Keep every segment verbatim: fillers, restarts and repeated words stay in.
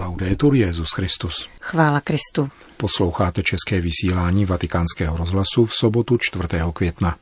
Laudetur Jesus Christus. Chvála Kristu. Posloucháte české vysílání Vatikánského rozhlasu v sobotu čtvrtého května.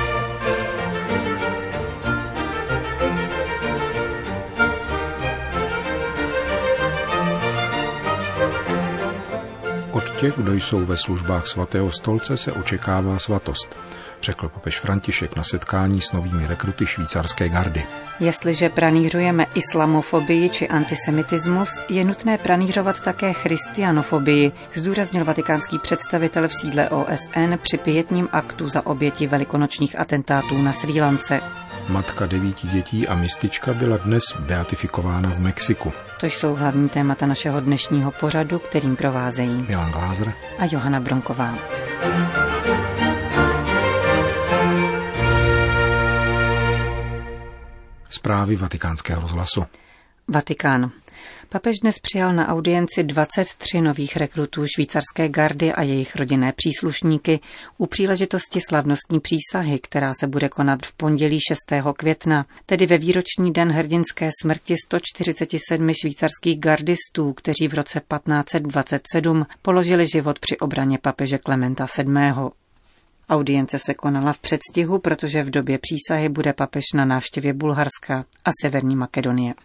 Od těch, kdo jsou ve službách svatého stolce, se očekává svatost, řekl papež František na setkání s novými rekruty švýcarské gardy. Jestliže pranířujeme islamofobii či antisemitismus, je nutné pranířovat také christianofobii, zdůraznil vatikánský představitel v sídle O S N při pietním aktu za oběti velikonočních atentátů na Srí Lance. Matka devíti dětí a mistička byla dnes beatifikována v Mexiku. To jsou hlavní témata našeho dnešního pořadu, kterým provázejí Milan Glázer a Johana Bronková. Zprávy Vatikánského rozhlasu. Vatikán. Papež dnes přijal na audienci dvacet tři nových rekrutů švýcarské gardy a jejich rodinné příslušníky u příležitosti slavnostní přísahy, která se bude konat v pondělí šestého května, tedy ve výroční den hrdinské smrti sto čtyřicet sedm švýcarských gardistů, kteří v roce patnáct dvacet sedm položili život při obraně papeže Klementa sedmého. Audience se konala v předstihu, protože v době přísahy bude papež na návštěvě Bulharska a Severní Makedonie.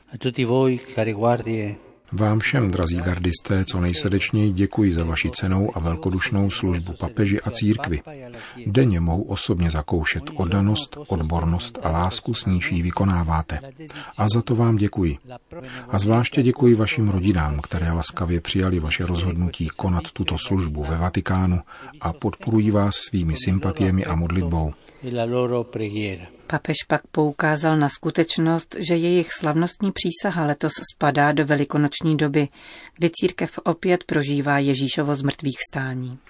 Vám všem, drazí gardisté, co nejsrdečněji děkuji za vaši cennou a velkodušnou službu papeži a církvi. Denně mohu osobně zakoušet oddanost, odbornost a lásku, s níž ji vykonáváte. A za to vám děkuji. A zvláště děkuji vašim rodinám, které laskavě přijali vaše rozhodnutí konat tuto službu ve Vatikánu a podporují vás svými sympatiemi a modlitbou. Papež pak poukázal na skutečnost, že jejich slavnostní přísaha letos spadá do velikonoční doby, kdy církev opět prožívá Ježíšovo zmrtvýchvstání.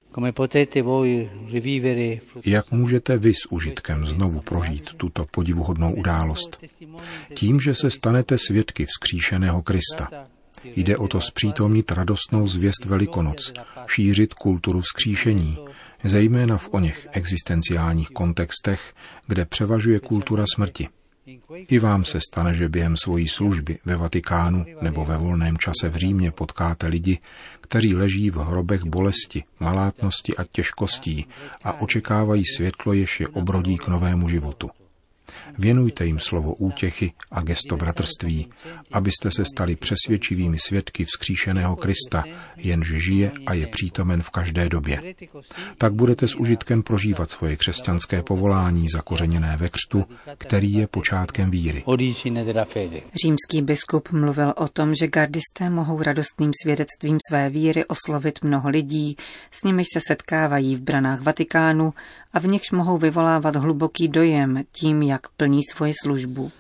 Jak můžete vy s užitkem znovu prožít tuto podivuhodnou událost? Tím, že se stanete svědky vzkříšeného Krista. Jde o to zpřítomnit radostnou zvěst Velikonoc, šířit kulturu vzkříšení, zejména v oněch existenciálních kontextech, kde převažuje kultura smrti. I vám se stane, že během svojí služby ve Vatikánu nebo ve volném čase v Římě potkáte lidi, kteří leží v hrobech bolesti, malátnosti a těžkostí a očekávají světlo, jež je obrodí k novému životu. Věnujte jim slovo útěchy a gesto bratrství, abyste se stali přesvědčivými svědky vzkříšeného Krista, jenž žije a je přítomen v každé době. Tak budete s užitkem prožívat svoje křesťanské povolání zakořeněné ve křtu, který je počátkem víry. Římský biskup mluvil o tom, že gardisté mohou radostným svědectvím své víry oslovit mnoho lidí, s nimiž se setkávají v branách Vatikánu a v nichž mohou vyvolávat hluboký dojem tím, jak plní svoji službu.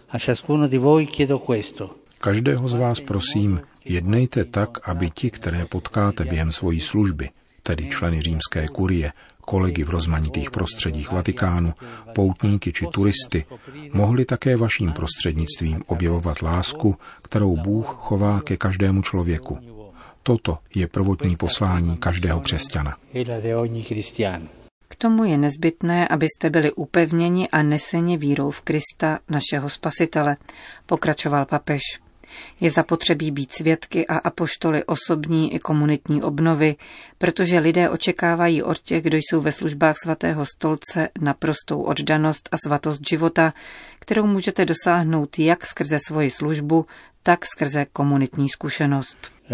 Každého z vás prosím, jednejte tak, aby ti, které potkáte během svojí služby, tedy členy římské kurie, kolegy v rozmanitých prostředích Vatikánu, poutníky či turisty, mohli také vaším prostřednictvím objevovat lásku, kterou Bůh chová ke každému člověku. Toto je prvotní poslání každého křesťana. K tomu je nezbytné, abyste byli upevněni a neseni vírou v Krista, našeho Spasitele, pokračoval papež. Je zapotřebí být svědky a apoštoly osobní i komunitní obnovy, protože lidé očekávají od těch, kdo jsou ve službách svatého stolce, naprostou oddanost a svatost života, kterou můžete dosáhnout jak skrze svoji službu, tak skrze komunitní zkušenost.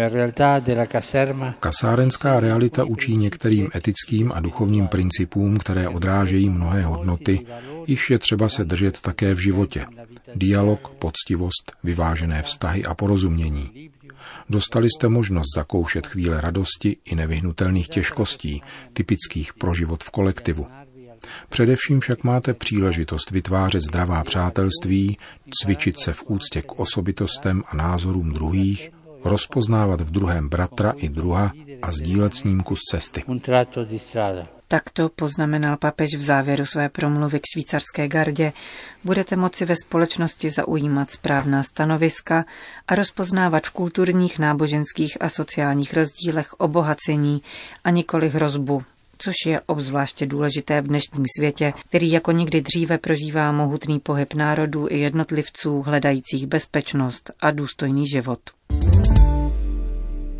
Kasárenská realita učí některým etickým a duchovním principům, které odrážejí mnohé hodnoty, jichž je třeba se držet také v životě. Dialog, poctivost, vyvážené vztahy a porozumění. Dostali jste možnost zakoušet chvíle radosti i nevyhnutelných těžkostí, typických pro život v kolektivu. Především však máte příležitost vytvářet zdravá přátelství, cvičit se v úctě k osobitostem a názorům druhých, rozpoznávat v druhém bratra i druha a sdílet s ním kus cesty. Takto poznamenal papež v závěru své promluvy k švýcarské gardě. Budete moci ve společnosti zaujímat správná stanoviska a rozpoznávat v kulturních, náboženských a sociálních rozdílech obohacení a nikoli hrozbu, což je obzvláště důležité v dnešním světě, který jako nikdy dříve prožívá mohutný pohyb národů i jednotlivců hledajících bezpečnost a důstojný život.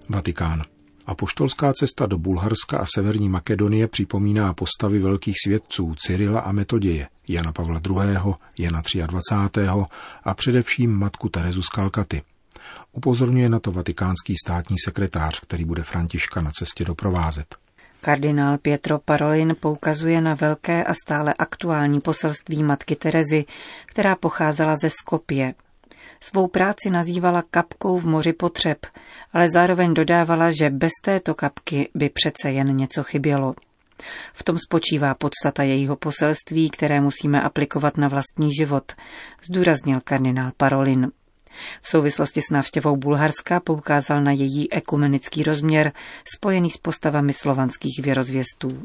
Vatikán. Apoštolská cesta do Bulharska a Severní Makedonie připomíná postavy velkých svědců Cyrila a Metoděje, Jana Pavla druhého., Jana dvacátého třetího a především matku Terezu z Kalkaty. Upozorňuje na to vatikánský státní sekretář, který bude Františka na cestě doprovázet. Kardinál Pietro Parolin poukazuje na velké a stále aktuální poselství matky Terezy, která pocházela ze Skopje. Svou práci nazývala kapkou v moři potřeb, ale zároveň dodávala, že bez této kapky by přece jen něco chybělo. V tom spočívá podstata jejího poselství, které musíme aplikovat na vlastní život, zdůraznil kardinál Parolin. V souvislosti s návštěvou Bulharska poukázal na její ekumenický rozměr, spojený s postavami slovanských věrozvěstů.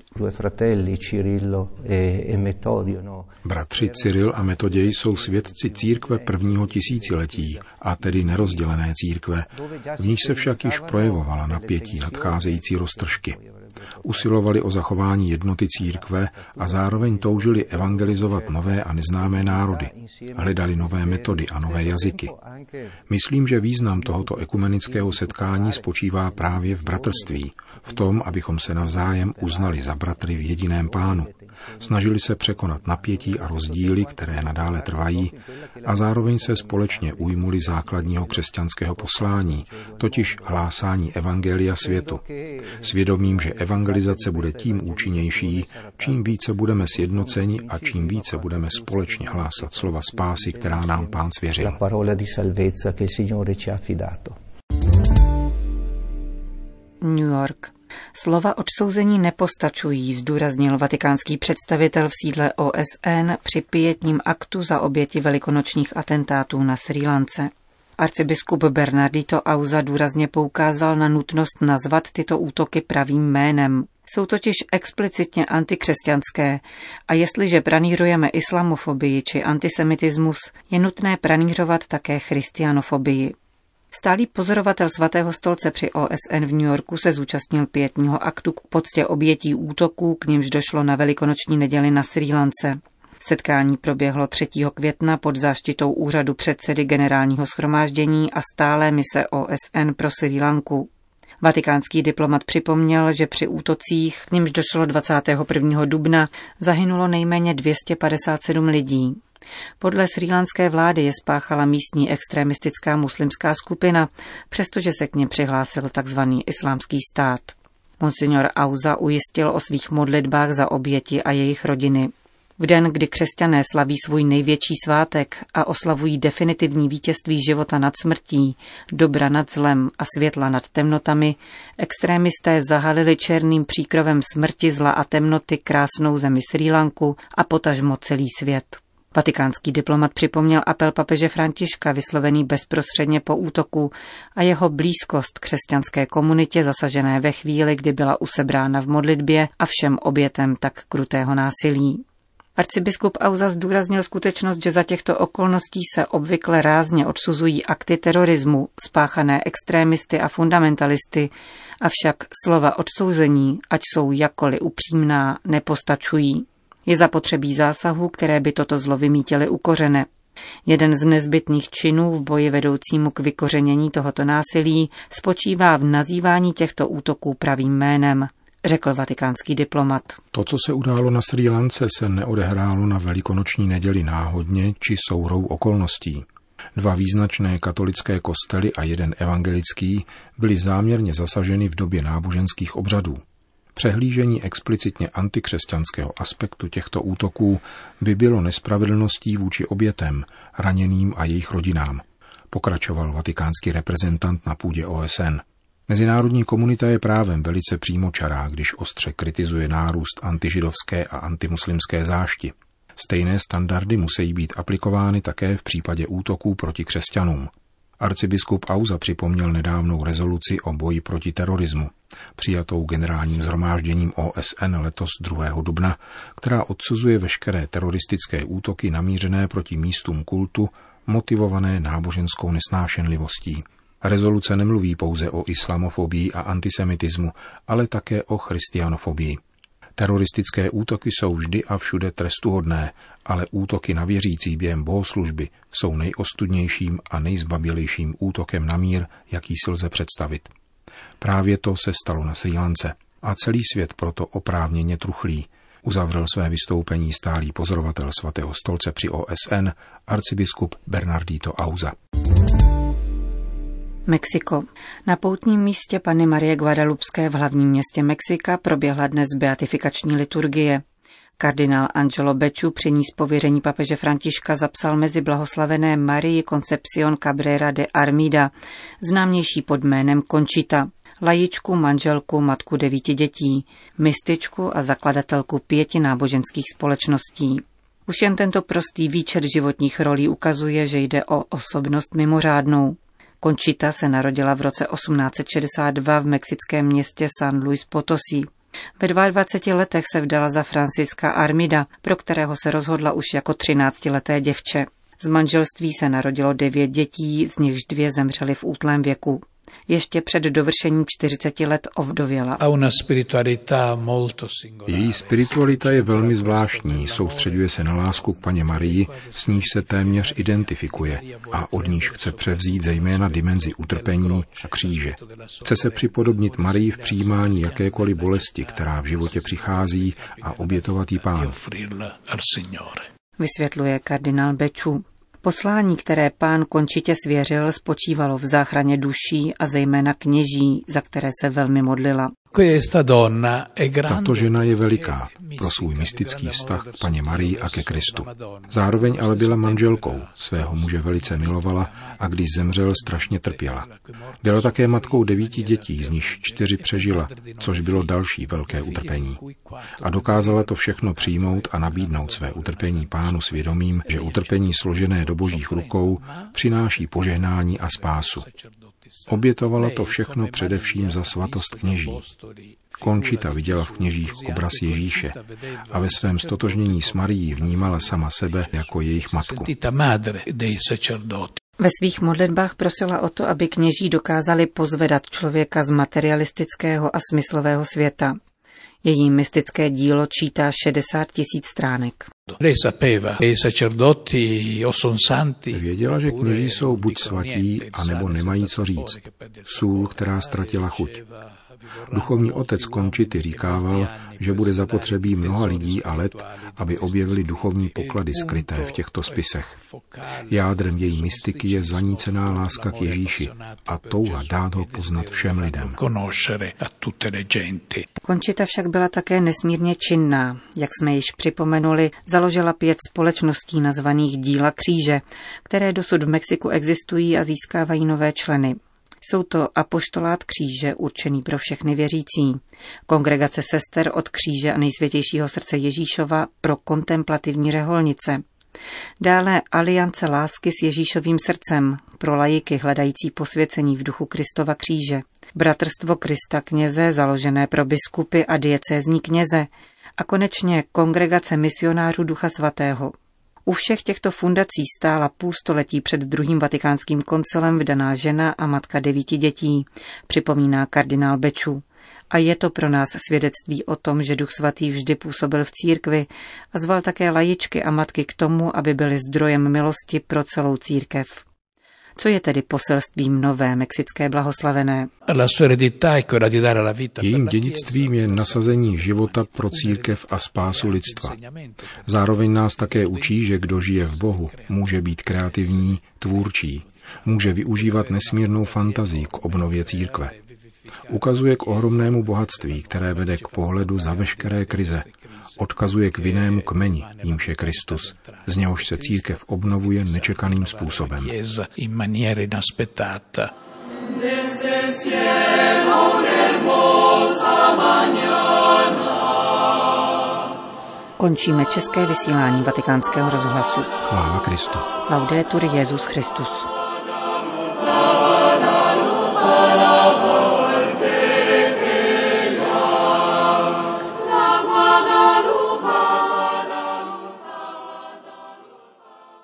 Bratři Cyril a Metoděj jsou svědci církve prvního tisíciletí, a tedy nerozdělené církve, v níž se však již projevovala napětí nadcházející roztržky. Usilovali o zachování jednoty církve a zároveň toužili evangelizovat nové a neznámé národy. Hledali nové metody a nové jazyky. Myslím, že význam tohoto ekumenického setkání spočívá právě v bratrství, v tom, abychom se navzájem uznali za bratry v jediném Pánu. Snažili se překonat napětí a rozdíly, které nadále trvají, a zároveň se společně ujmuli základního křesťanského poslání, totiž hlásání evangelia světu. Svědomím, že evangelizace bude tím účinnější, čím více budeme sjednoceni a čím více budeme společně hlásat slova spásy, která nám Pán svěřil. New York. Slova odsouzení nepostačují, zdůraznil vatikánský představitel v sídle O S N při pietním aktu za oběti velikonočních atentátů na Srí Lance. Arcibiskup Bernardito Auza důrazně poukázal na nutnost nazvat tyto útoky pravým jménem. Jsou totiž explicitně antikřesťanské a jestliže pranýřujeme islamofobii či antisemitismus, je nutné pranýřovat také christianofobii. Stálý pozorovatel Svatého stolce při O S N v New Yorku se zúčastnil pietního aktu k poctě obětí útoků, k nimž došlo na velikonoční neděli na Srí Lance. Setkání proběhlo třetího května pod záštitou úřadu předsedy generálního shromáždění a stálé mise O S N pro Srí Lanku. Vatikánský diplomat připomněl, že při útocích, k nimž došlo dvacátého prvního dubna, zahynulo nejméně dvě stě padesát sedm lidí. Podle srílanské vlády je spáchala místní extremistická muslimská skupina, přestože se k ně přihlásil tzv. Islámský stát. Monsignor Auza ujistil o svých modlitbách za oběti a jejich rodiny. V den, kdy křesťané slaví svůj největší svátek a oslavují definitivní vítězství života nad smrtí, dobra nad zlem a světla nad temnotami, extrémisté zahalili černým příkrovem smrti, zla a temnoty krásnou zemi Srí Lanku a potažmo celý svět. Vatikánský diplomat připomněl apel papeže Františka vyslovený bezprostředně po útoku a jeho blízkost křesťanské komunitě zasažené ve chvíli, kdy byla usebrána v modlitbě a všem obětem tak krutého násilí. Arcibiskup Auza zdůraznil skutečnost, že za těchto okolností se obvykle rázně odsuzují akty terorismu, spáchané extrémisty a fundamentalisty, avšak slova odsouzení, ať jsou jakkoliv upřímná, nepostačují. Je zapotřebí zásahů, které by toto zlo vymítily u kořene. Jeden z nezbytných činů v boji vedoucímu k vykořenění tohoto násilí spočívá v nazývání těchto útoků pravým jménem, řekl vatikánský diplomat. To, co se událo na Srí Lance, se neodehrálo na velikonoční neděli náhodně či souhrou okolností. Dva význačné katolické kostely a jeden evangelický byly záměrně zasaženy v době náboženských obřadů. Přehlížení explicitně antikřesťanského aspektu těchto útoků by bylo nespravedlností vůči obětem, raněným a jejich rodinám, pokračoval vatikánský reprezentant na půdě O S N. Mezinárodní komunita je právem velice přímočará, když ostře kritizuje nárůst antižidovské a antimuslimské zášti. Stejné standardy musí být aplikovány také v případě útoků proti křesťanům. Arcibiskup Auza připomněl nedávnou rezoluci o boji proti terorismu, přijatou generálním shromážděním O S N letos druhého dubna, která odsuzuje veškeré teroristické útoky namířené proti místům kultu, motivované náboženskou nesnášenlivostí. Rezoluce nemluví pouze o islamofobii a antisemitismu, ale také o christianofobii. Teroristické útoky jsou vždy a všude trestuhodné, ale útoky na věřící během bohoslužby jsou nejostudnějším a nejzbabělejším útokem na mír, jaký si lze představit. Právě to se stalo na Srí Lance a celý svět proto oprávněně truchlí, uzavřel své vystoupení stálý pozorovatel Svatého stolce při O S N arcibiskup Bernardito Auza. Mexiko. Na poutním místě Panny Marie Guadalupské v hlavním městě Mexika proběhla dnes beatifikační liturgie. Kardinál Angelo Becciu při ní z pověření papeže Františka zapsal mezi blahoslavené Marii Concepción Cabrera de Armida, známější pod jménem Conchita, lajičku, manželku, matku devíti dětí, mističku a zakladatelku pěti náboženských společností. Už jen tento prostý výčet životních rolí ukazuje, že jde o osobnost mimořádnou. Conchita se narodila v roce osmnáct set šedesát dva v mexickém městě San Luis Potosí. Ve dvaceti dvou letech se vdala za Francisca Armida, pro kterého se rozhodla už jako třináctileté děvče. Z manželství se narodilo devět dětí, z nichž dvě zemřely v útlém věku. Ještě před dovršením čtyřiceti let ovdověla. Její spiritualita je velmi zvláštní, soustředuje se na lásku k Panně Marii, s níž se téměř identifikuje a od níž chce převzít zejména dimenzi utrpení a kříže. Chce se připodobnit Marii v přijímání jakékoliv bolesti, která v životě přichází, a obětovat jí Pánu. Vysvětluje kardinál Becciu. Poslání, které Pán Končitě svěřil, spočívalo v záchraně duší a zejména kněží, za které se velmi modlila. Tato žena je veliká pro svůj mystický vztah k Panně Marii a ke Kristu. Zároveň ale byla manželkou, svého muže velice milovala a když zemřel, strašně trpěla. Byla také matkou devíti dětí, z nichž čtyři přežila, což bylo další velké utrpení. A dokázala to všechno přijmout a nabídnout své utrpení Pánu s vědomím, že utrpení složené do Božích rukou přináší požehnání a spásu. Obětovala to všechno především za svatost kněží. Conchita viděla v kněžích obraz Ježíše a ve svém stotožnění s Marií vnímala sama sebe jako jejich matku. Ve svých modlitbách prosila o to, aby kněží dokázali pozvedat člověka z materialistického a smyslového světa. Její mystické dílo čítá šedesát tisíc stránek. Věděla, že kněží jsou buď svatí, anebo nemají co říct. Sůl, která ztratila chuť. Duchovní otec Conchity říkával, že bude zapotřebí mnoha lidí a let, aby objevili duchovní poklady skryté v těchto spisech. Jádrem její mystiky je zanícená láska k Ježíši a touha dát ho poznat všem lidem. Conchita však byla také nesmírně činná. Jak jsme již připomenuli, založila pět společností nazvaných Díla kříže, které dosud v Mexiku existují a získávají nové členy. Jsou to apoštolát kříže určený pro všechny věřící, kongregace sester od kříže a nejsvětějšího srdce Ježíšova pro kontemplativní řeholnice. Dále aliance lásky s Ježíšovým srdcem pro laiky hledající posvěcení v duchu Kristova kříže. Bratrstvo Krista kněze založené pro biskupy a diecézní kněze. A konečně kongregace misionářů Ducha svatého. U všech těchto fundací stála půl století před druhým vatikánským koncilem vdaná žena a matka devíti dětí, připomíná kardinál Becciu. A je to pro nás svědectví o tom, že Duch svatý vždy působil v církvi a zval také lajičky a matky k tomu, aby byly zdrojem milosti pro celou církev. Co je tedy poselstvím nové mexické blahoslavené? Jejím dědictvím je nasazení života pro církev a spásu lidstva. Zároveň nás také učí, že kdo žije v Bohu, může být kreativní, tvůrčí, může využívat nesmírnou fantazii k obnově církve. Ukazuje k ohromnému bohatství, které vede k pohledu za veškeré krize. Odkazuje k vinnému kmeni, jímž je Kristus, z něhož se církev obnovuje nečekaným způsobem. Končíme české vysílání Vatikánského rozhlasu. Chvála Kristu. Laudetur Jesus Christus.